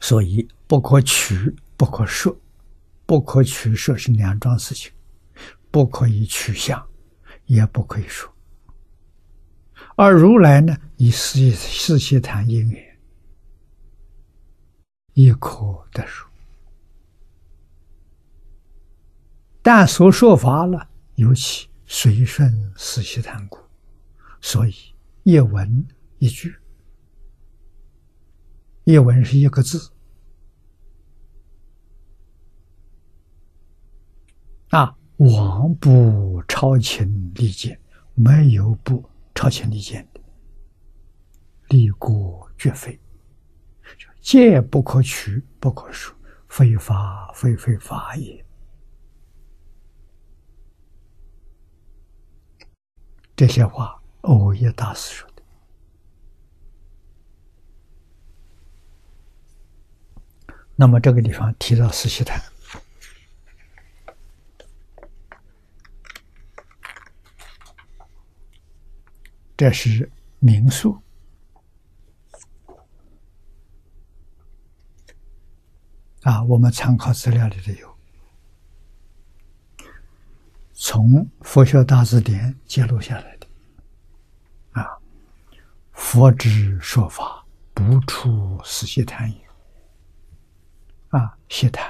所以不可取，不可摄。不可取摄是两桩事情，不可以取相，也不可以说。而如来呢，以四悉檀因缘，亦可得说。但所说法了，尤其随顺四悉檀故，所以一文一句，一文是一个字。往不超情利见，没有不超情利见的，利过绝非，戒不可取，不可说，非法非非法也。这些话，耦叶大师说的。那么这个地方提到四悉檀。这是民宿我们参考资料里头有，从佛学大字典揭露下来的佛之说法，不出四悉檀也。悉檀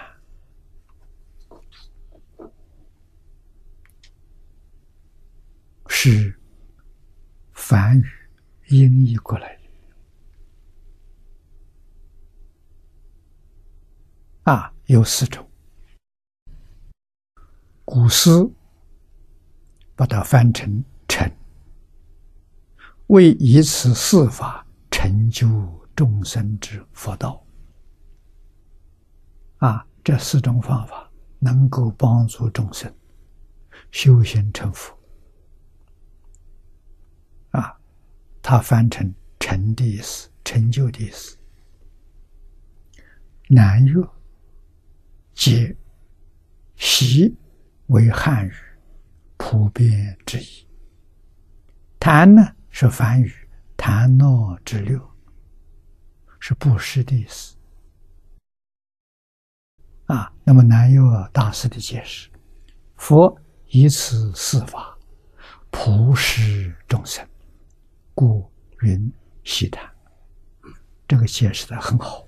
是梵语音译过来的有4种。古诗把它翻成成，为以此四法成就众生之佛道。这4种方法能够帮助众生修行成佛。它翻成成的意思，成就的意思。南越皆习为汉语普遍之意。檀呢是梵语，檀那之六，是布施的意思。那么南越大师的解释，佛以此四法普施众生，故云悉檀。这个解释的很好。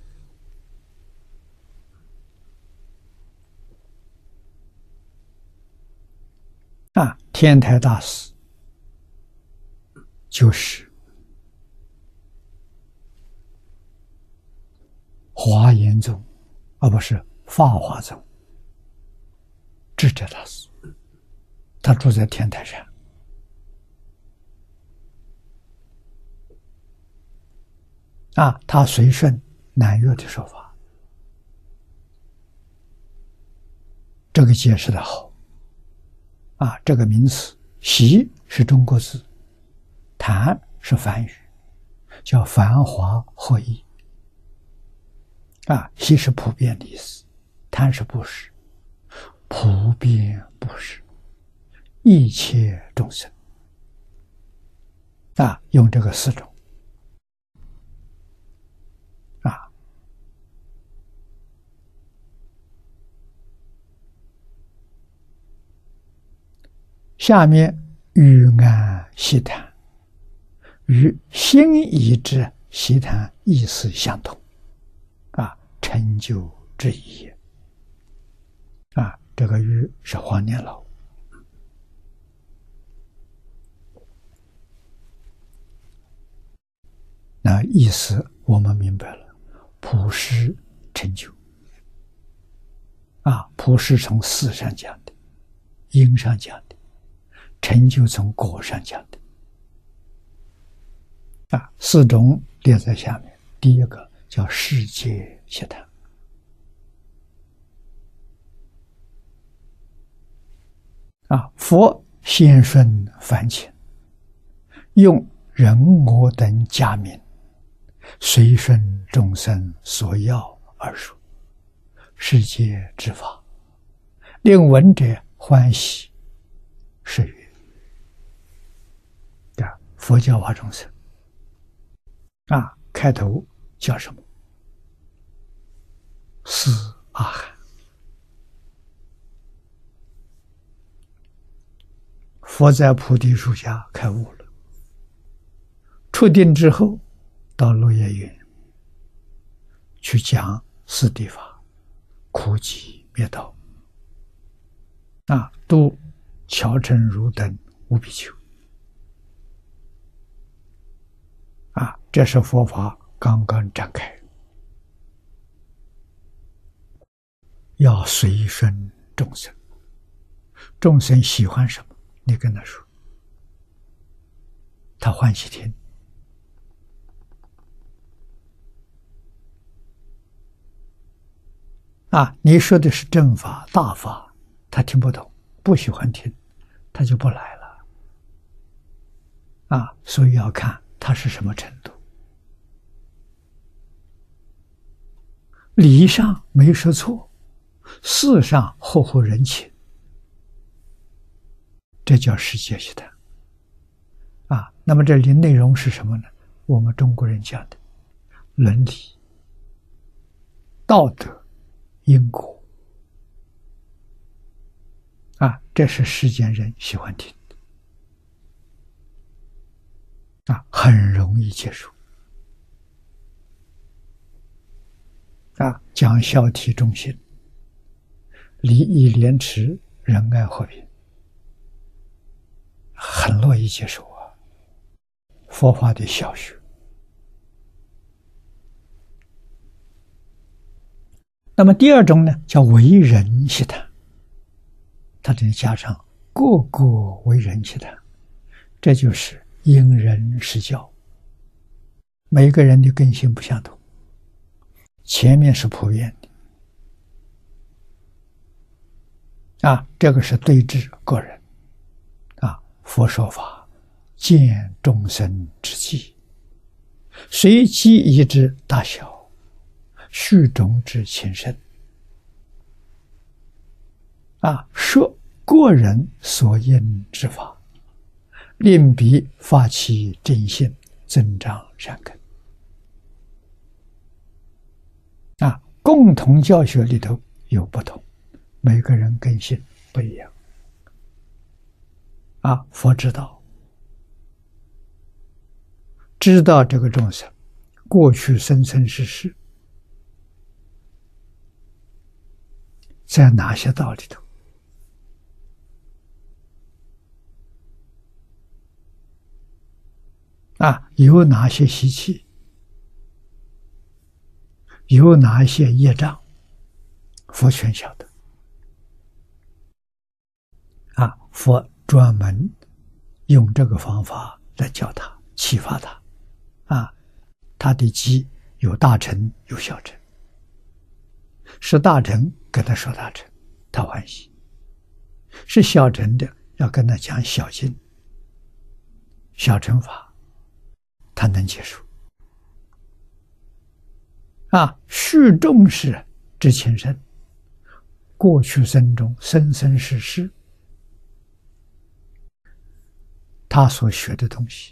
天台大师就是华严宗，不是法华宗智者大师，他住在天台山。他随顺南越的说法，这个解释的好。这个名词习是中国字，檀是梵语，叫繁华合一。习是普遍的意思，檀是布施，普遍布施，一切众生。用这个4种。下面欲安悉檀，与心意之悉檀意思相同，成就之意也。这个欲是黄念老。那意思我们明白了，普施成就。普施从事上讲的，因上讲的，成就从果上讲的。4种列在下面。第一个叫世界悉檀。佛先顺梵情，用人我等假名，随顺众生所要而说，世界之法，令闻者欢喜，是曰。佛教化众生。开头叫什么？ 是阿含。佛在菩提树下开悟了，出定之后，到落叶云去讲四谛法，苦集灭道，度樵尘汝等无比丘。这是佛法刚刚展开，要随顺众生，众生喜欢什么，你跟他说，他欢喜听。你说的是正法大法，他听不懂，不喜欢听，他就不来了。所以要看他是什么程度。理上没说错，事上厚厚人情，这叫世界习谈。那么这里内容是什么呢？我们中国人讲的伦理、道德、因果，这是世间人喜欢听的，很容易接受。讲孝悌忠信、礼义廉耻、仁爱和平，很乐意接受佛法的小学。那么第二种呢，叫为人习谈，它这里加上个个为人习谈，这就是因人施教，每个人的根性不相同。前面是普遍的，这个是对治个人，佛说法见众生之际，随机宜之大小，序中之情深，说个人所应之法，令彼发起正信，增长善根。共同教学里头有不同，每个人根性不一样。佛知道这个众生过去生生世世在哪些道里头有哪些习气，有哪些业障，佛全晓得。佛专门用这个方法来教他，启发他。他的机有大乘有小乘，是大乘跟他说大乘，他欢喜；是小乘的要跟他讲小经、小乘法，他能接受。序中是知情深，过去生中生生世世他所学的东西，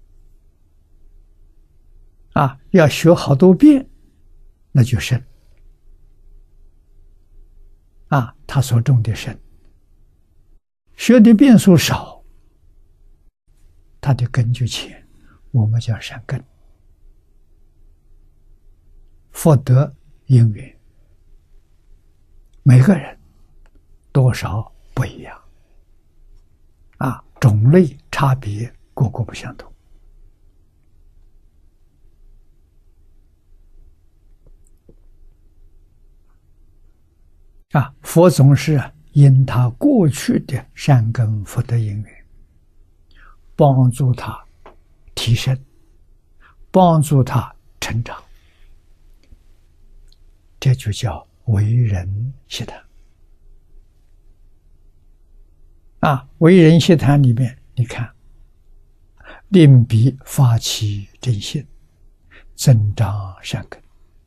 要学好多遍，那就深。他所种的深，学的遍数少，他的根就浅，我们叫善根。福德因缘，每个人多少不一样，种类差别个个不相同。佛总是因他过去的善根福德因缘，帮助他提升，帮助他成长，这就叫为人习谈。为人习谈里面，你看，令彼发起正信，增长善根。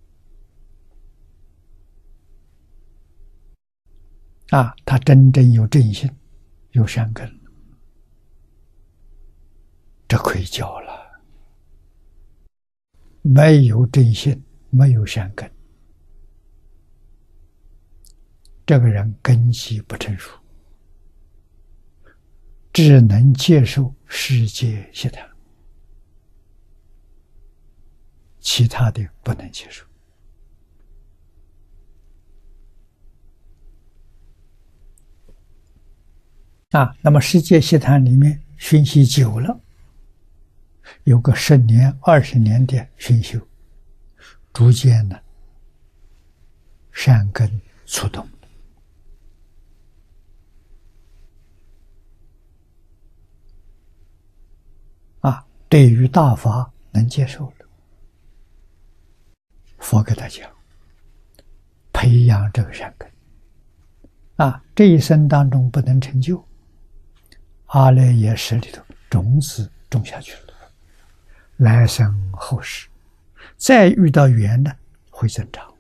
他真正有正信，有善根，这可以教了。没有正信，没有善根， 这个人根基不成熟，只能接受世界习谈，其他的不能接受。那么世界习谈里面熏习久了，有个10年、20年的熏修，逐渐呢善根触动，对于大法能接受了，佛给他讲，培养这个善根。这一生当中不能成就，阿赖耶识里头种子种下去了，来生后世再遇到缘呢会增长。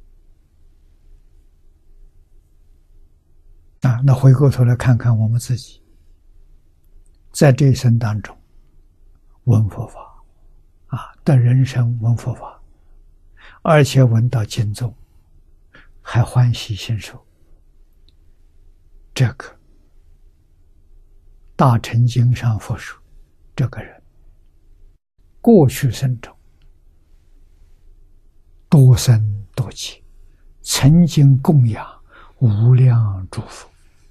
那回过头来看看我们自己，在这一生当中闻佛法得人生闻佛法，而且闻到经宗，还欢喜心受。这个大乘经上佛说，这个人过去生中多生多劫，曾经供养无量诸佛。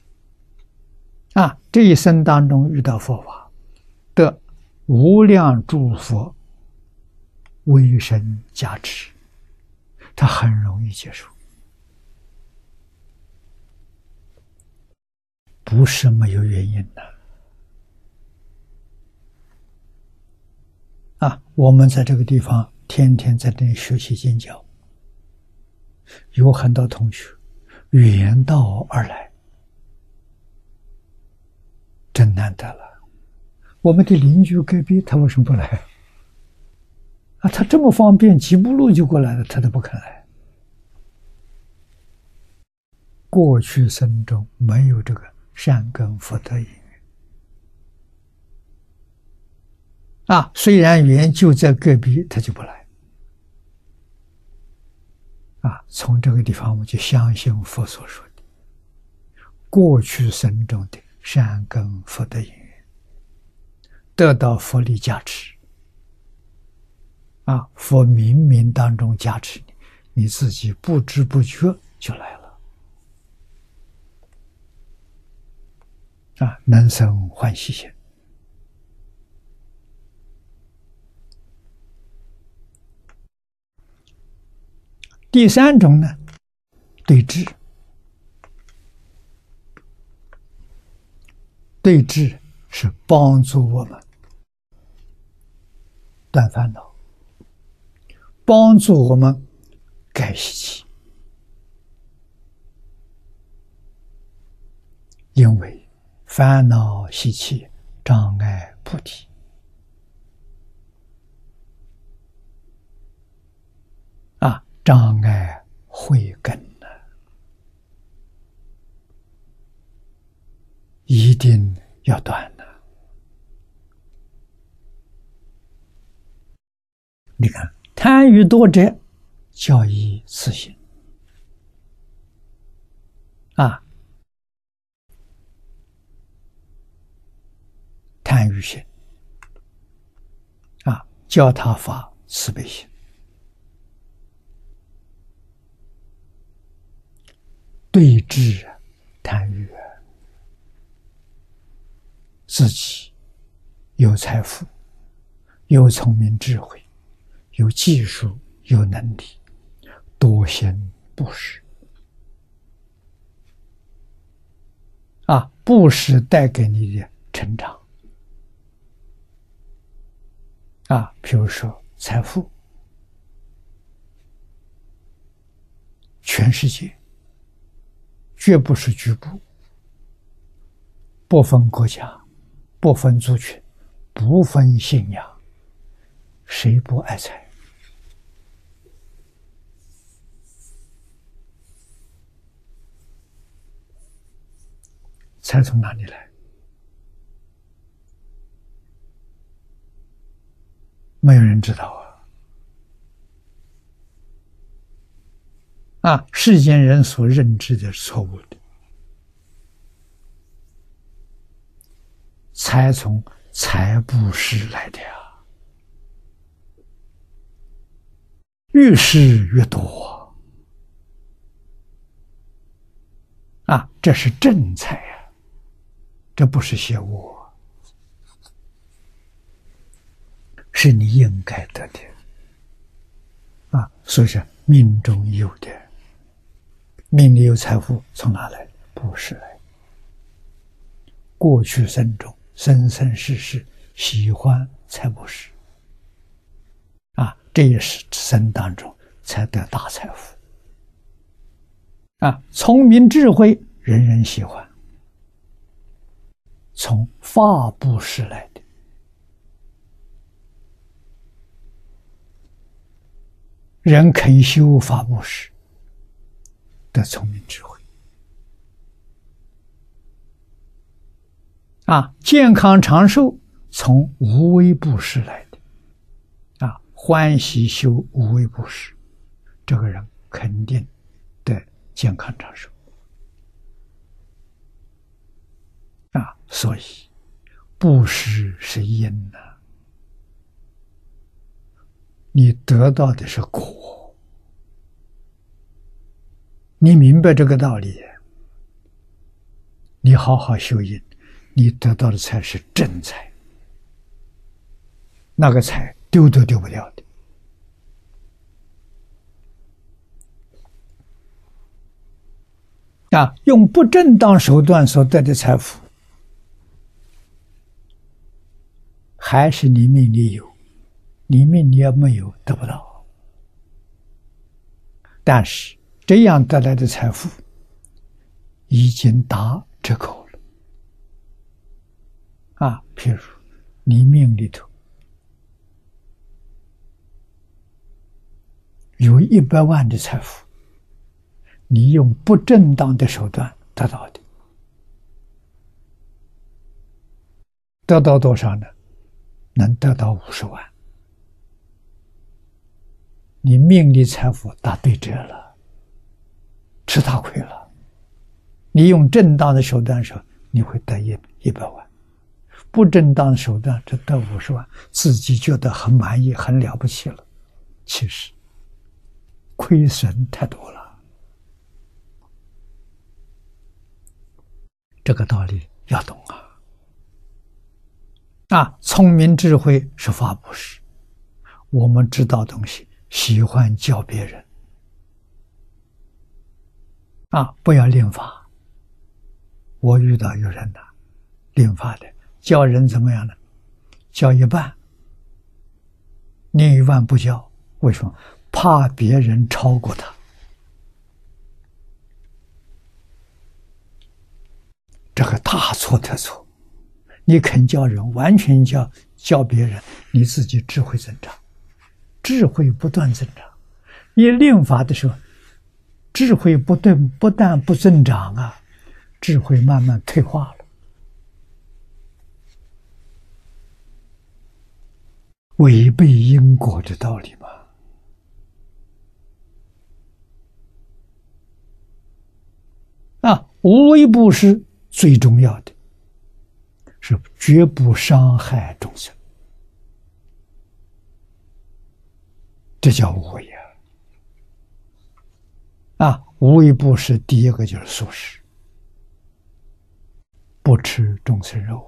这一生当中遇到佛法，得无量诸佛威神加持，他很容易接受，不是没有原因的。我们在这个地方天天在这里学习经教，有很多同学远道而来，真难得了。我们的邻居隔壁他为什么不来？他这么方便，几步路就过来了，他都不肯来。过去生中没有这个善根福德因缘虽然缘就在隔壁，他就不来。从这个地方我们就相信佛所说的过去生中的善根福德因缘，得到佛力加持佛冥冥当中加持你，你自己不知不觉就来了能生欢喜心。第三种呢，对治。对治是帮助我们断烦恼，帮助我们改习气。因为烦恼习气障碍菩提，障碍慧根一定要断你看，贪欲多者，教以自性贪欲心教他发慈悲心。对治贪欲，自己有财富，有聪明智慧，有技术，有能力，多行布施布施带给你的成长比如说财富，全世界绝不是局部，不分国家，不分族群，不分信仰，谁不爱财？财从哪里来？没有人知道世间人所认知的是错误的，才从财布施来的呀，越施越多这是正财呀，这不是邪物，是你应该得的所以说命中有的，命里有财富从哪来？布施来。过去生中生生世世喜欢财布施这一生当中才得大财富聪明智慧人人喜欢，从法布施来的。人肯修法布施，得聪明智慧健康长寿从无为布施来的欢喜修无为布施，这个人肯定得健康长寿所以布施是因你得到的是果，你明白这个道理，你好好修因，你得到的才是正财，那个财丢都丢不掉的用不正当手段所得的财富，还是你命里有，你命里要没有得不到。但是这样得来的财富已经打折扣了譬如你命里头有100万的财富，你用不正当的手段得到的，得到多少呢？能得到50万，你命里财富打对折了，吃大亏了。你用正当的手段的时候，你会得100万；不正当的手段，只得50万，自己觉得很满意、很了不起了，其实亏损太多了。这个道理要懂聪明智慧是法布施，我们知道东西，喜欢教别人不要练法。我遇到有人练法的，教人怎么样呢？教一半，另一半不教，为什么？怕别人超过他。这个大错特错。你肯教人，完全教别人，你自己智慧增长，智慧不断增长。你练法的时候，智慧不但不增长智慧慢慢退化了。违背因果的道理嘛。无为布施最重要的是绝不伤害众生，这叫无为无为布施第一个就是素食，不吃众生肉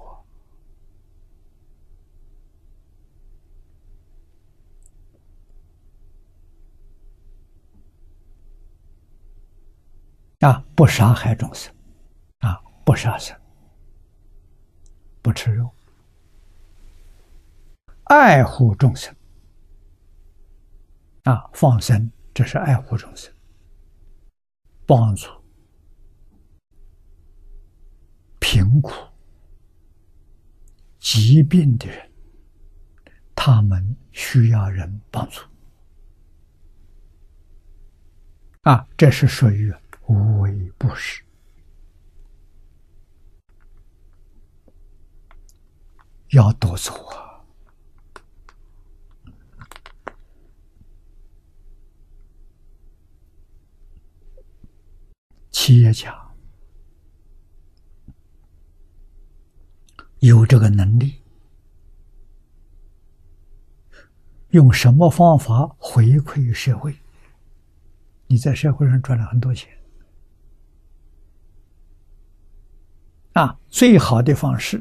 不杀害众生不杀生，不吃肉，爱护众生放生，这是爱护众生，帮助贫苦疾病的人，他们需要人帮助这是属于无为布施。要多做企业家有这个能力，用什么方法回馈社会？你在社会上赚了很多钱啊！最好的方式，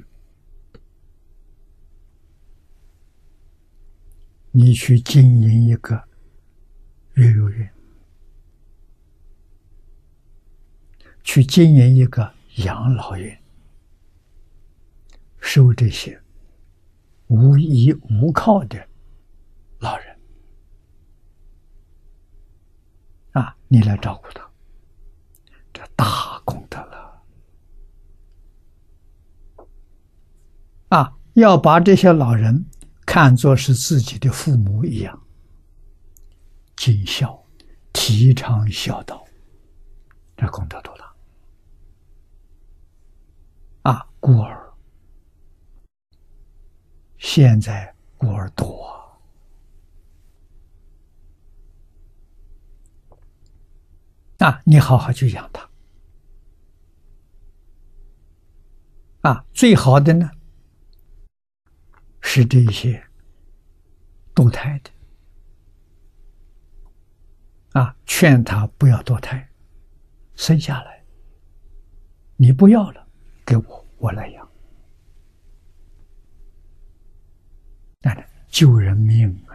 你去经营一个育幼院，去经营一个养老院，收这些无依无靠的老人啊，你来照顾他，这大功德了啊！要把这些老人看作是自己的父母一样，尽孝，提倡孝道，这功德多大啊！孤儿，现在孤儿多啊，你好好去养他啊！最好的呢是这些堕胎的啊，劝他不要堕胎，生下来你不要了，给我，我来养，救人命啊！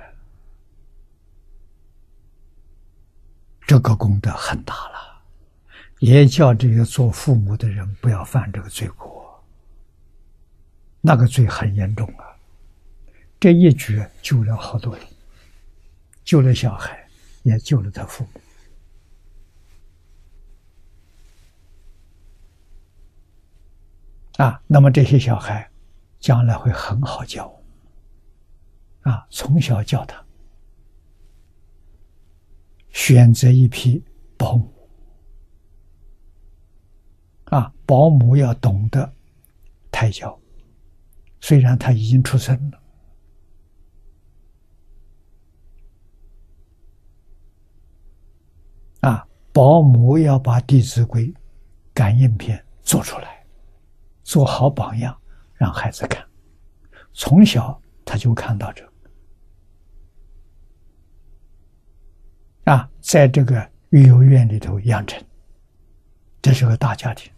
这个功德很大了，也叫这个做父母的人不要犯这个罪过，那个罪很严重啊！这一举救了好多人，救了小孩，也救了他父母啊。那么这些小孩将来会很好教啊，从小教他，选择一批保姆啊，保姆要懂得胎教，虽然他已经出生了啊，保姆要把《弟子规》感应篇做出来，做好榜样，让孩子看，从小他就看到这个啊，在这个育幼院里头养成，这是个大家庭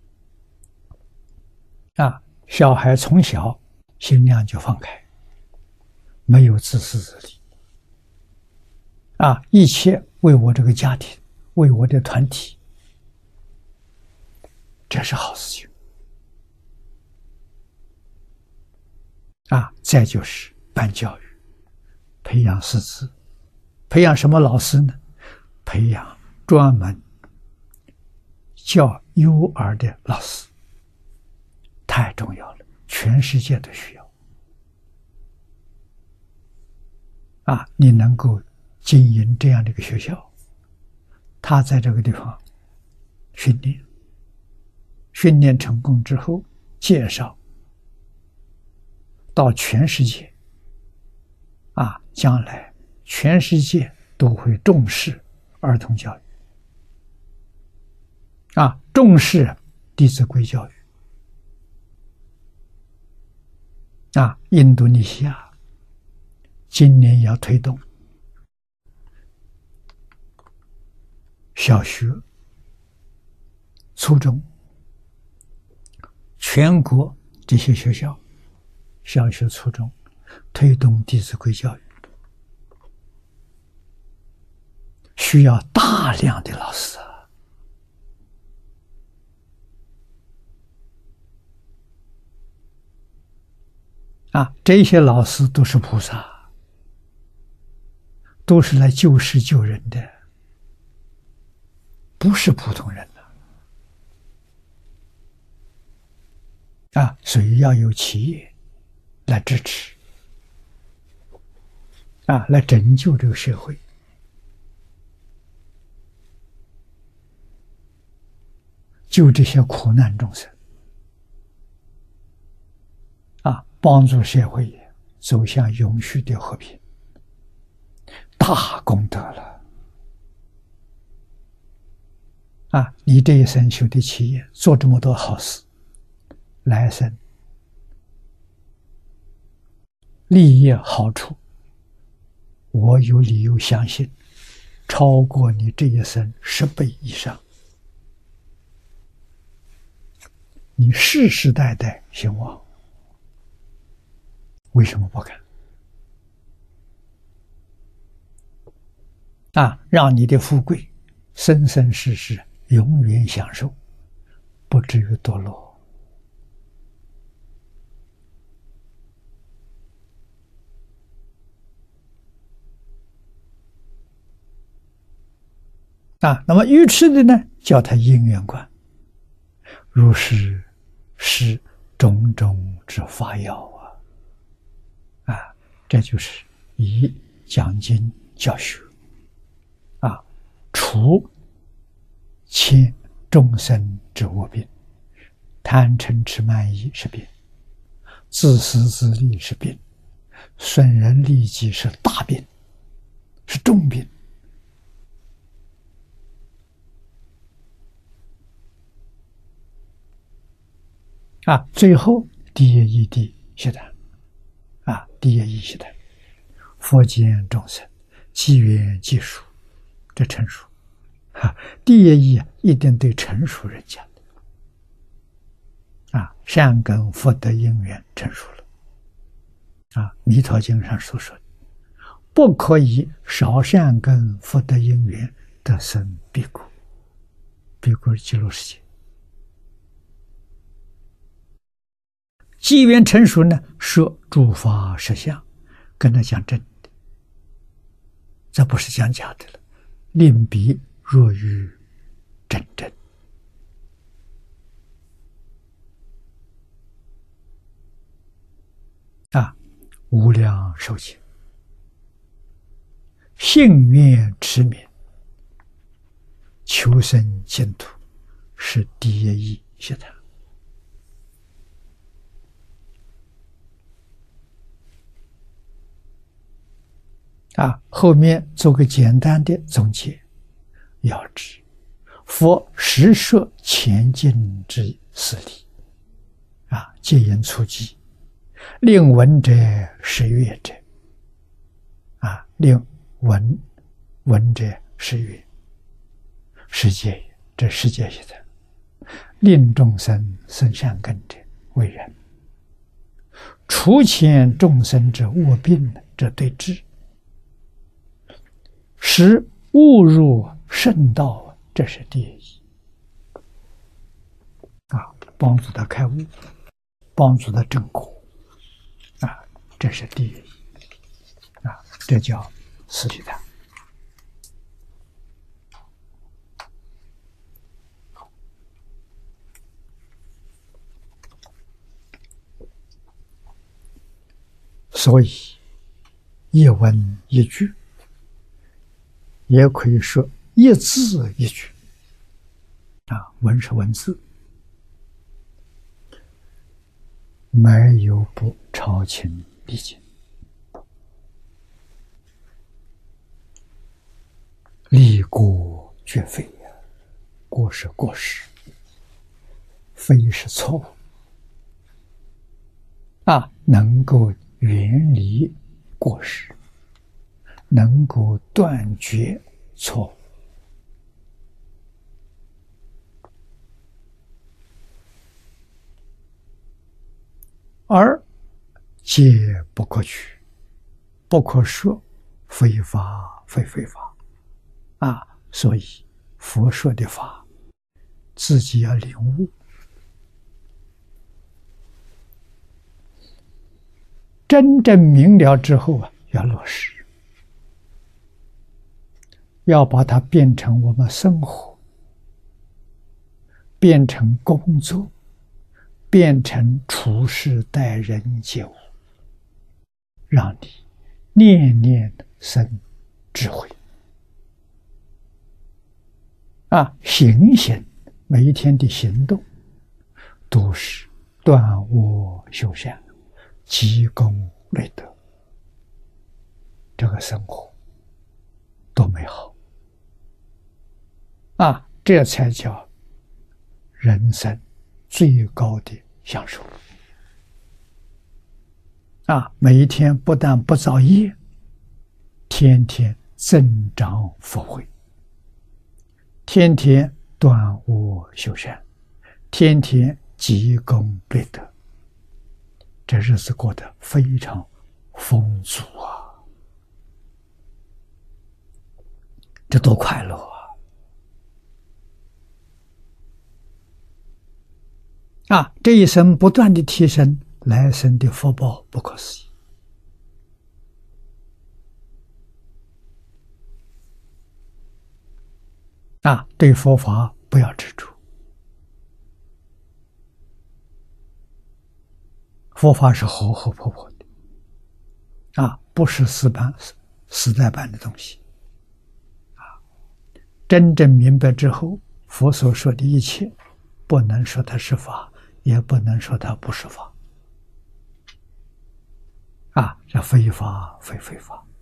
啊。小孩从小心量就放开，没有自私自利啊，一切为我这个家庭，为我的团体，这是好事情啊。再就是办教育，培养师资，培养什么老师呢？培养专门教幼儿的老师，太重要了，全世界都需要啊！你能够经营这样的一个学校，他在这个地方训练成功之后，介绍到全世界啊，将来全世界都会重视儿童教育啊，重视《弟子规》教育啊。印度尼西亚今年要推动小学、初中，全国这些学校小学、初中推动《弟子规》教育，需要大量的老师啊，这些老师都是菩萨，都是来救世救人的，不是普通人啊，所以要有企业来支持啊，来拯救这个社会，救这些苦难众生啊，帮助社会走向永续的和平，大功德了啊，你这一生修的企业，做这么多好事，来生利益好处，我有理由相信，超过你这一生10倍以上。你世世代代兴旺，为什么不敢？啊，让你的富贵生生世世永远享受，不至于堕落。啊，那么愚痴的呢，叫他因缘观。如是是种种之法要啊！啊，这就是以讲经教学啊，除牵众生之恶病，贪嗔痴慢疑是病，自私自利是病，损人利己是大病，是重病。啊，最后第一义谛悉谈，啊，第一义悉谈，佛见众生，机缘技术，这成熟，啊，第一义一定对成熟人讲的，啊，善根福德因缘成熟了，啊，弥陀经上所说的，不可以少善根福德因缘得生彼国，彼国是极乐世界。机缘成熟呢，说诸法实相，跟他讲真的，这不是讲假的了。令彼若于真真，啊，无量寿经，信愿持名，求生净土，是第一义悉谈。啊，后面做个简单的总结，要知佛实摄前进之事理，啊，戒言粗记，令闻者是悦者，啊，令闻者是悦，是戒也，这世界也在，令众生生善根者为人，除遣众生之恶病者对治。使误入圣道，这是第一义啊，帮助他开悟，帮助他正果啊，这是第一义啊，这叫四谛谈。所以一文一句，也可以说一字一句啊，文是文字，没有不超情理解，立过绝非呀，过是过失，非是错误啊，能够远离过失，能够断绝错误，而皆不可取，不可说，非法非非法啊！所以佛说的法，自己要领悟，真正明了之后啊，要落实，要把它变成我们生活，变成工作，变成处事待人接物，让你念念生智慧啊！行行每一天的行动都是断恶修善，积功累德，这个生活多美好啊！ 这才叫人生最高的享受。每一天不但不造业，天天增长福慧，天天断恶修善，天天积功累德，这日子过得非常丰足这多快乐这一生不断的提升，来生的福报不可思议对佛法不要执着，佛法是活活泼泼的不是死呆板的东西真正明白之后，佛所说的一切不能说它是法，也不能说它不是法这非法非非法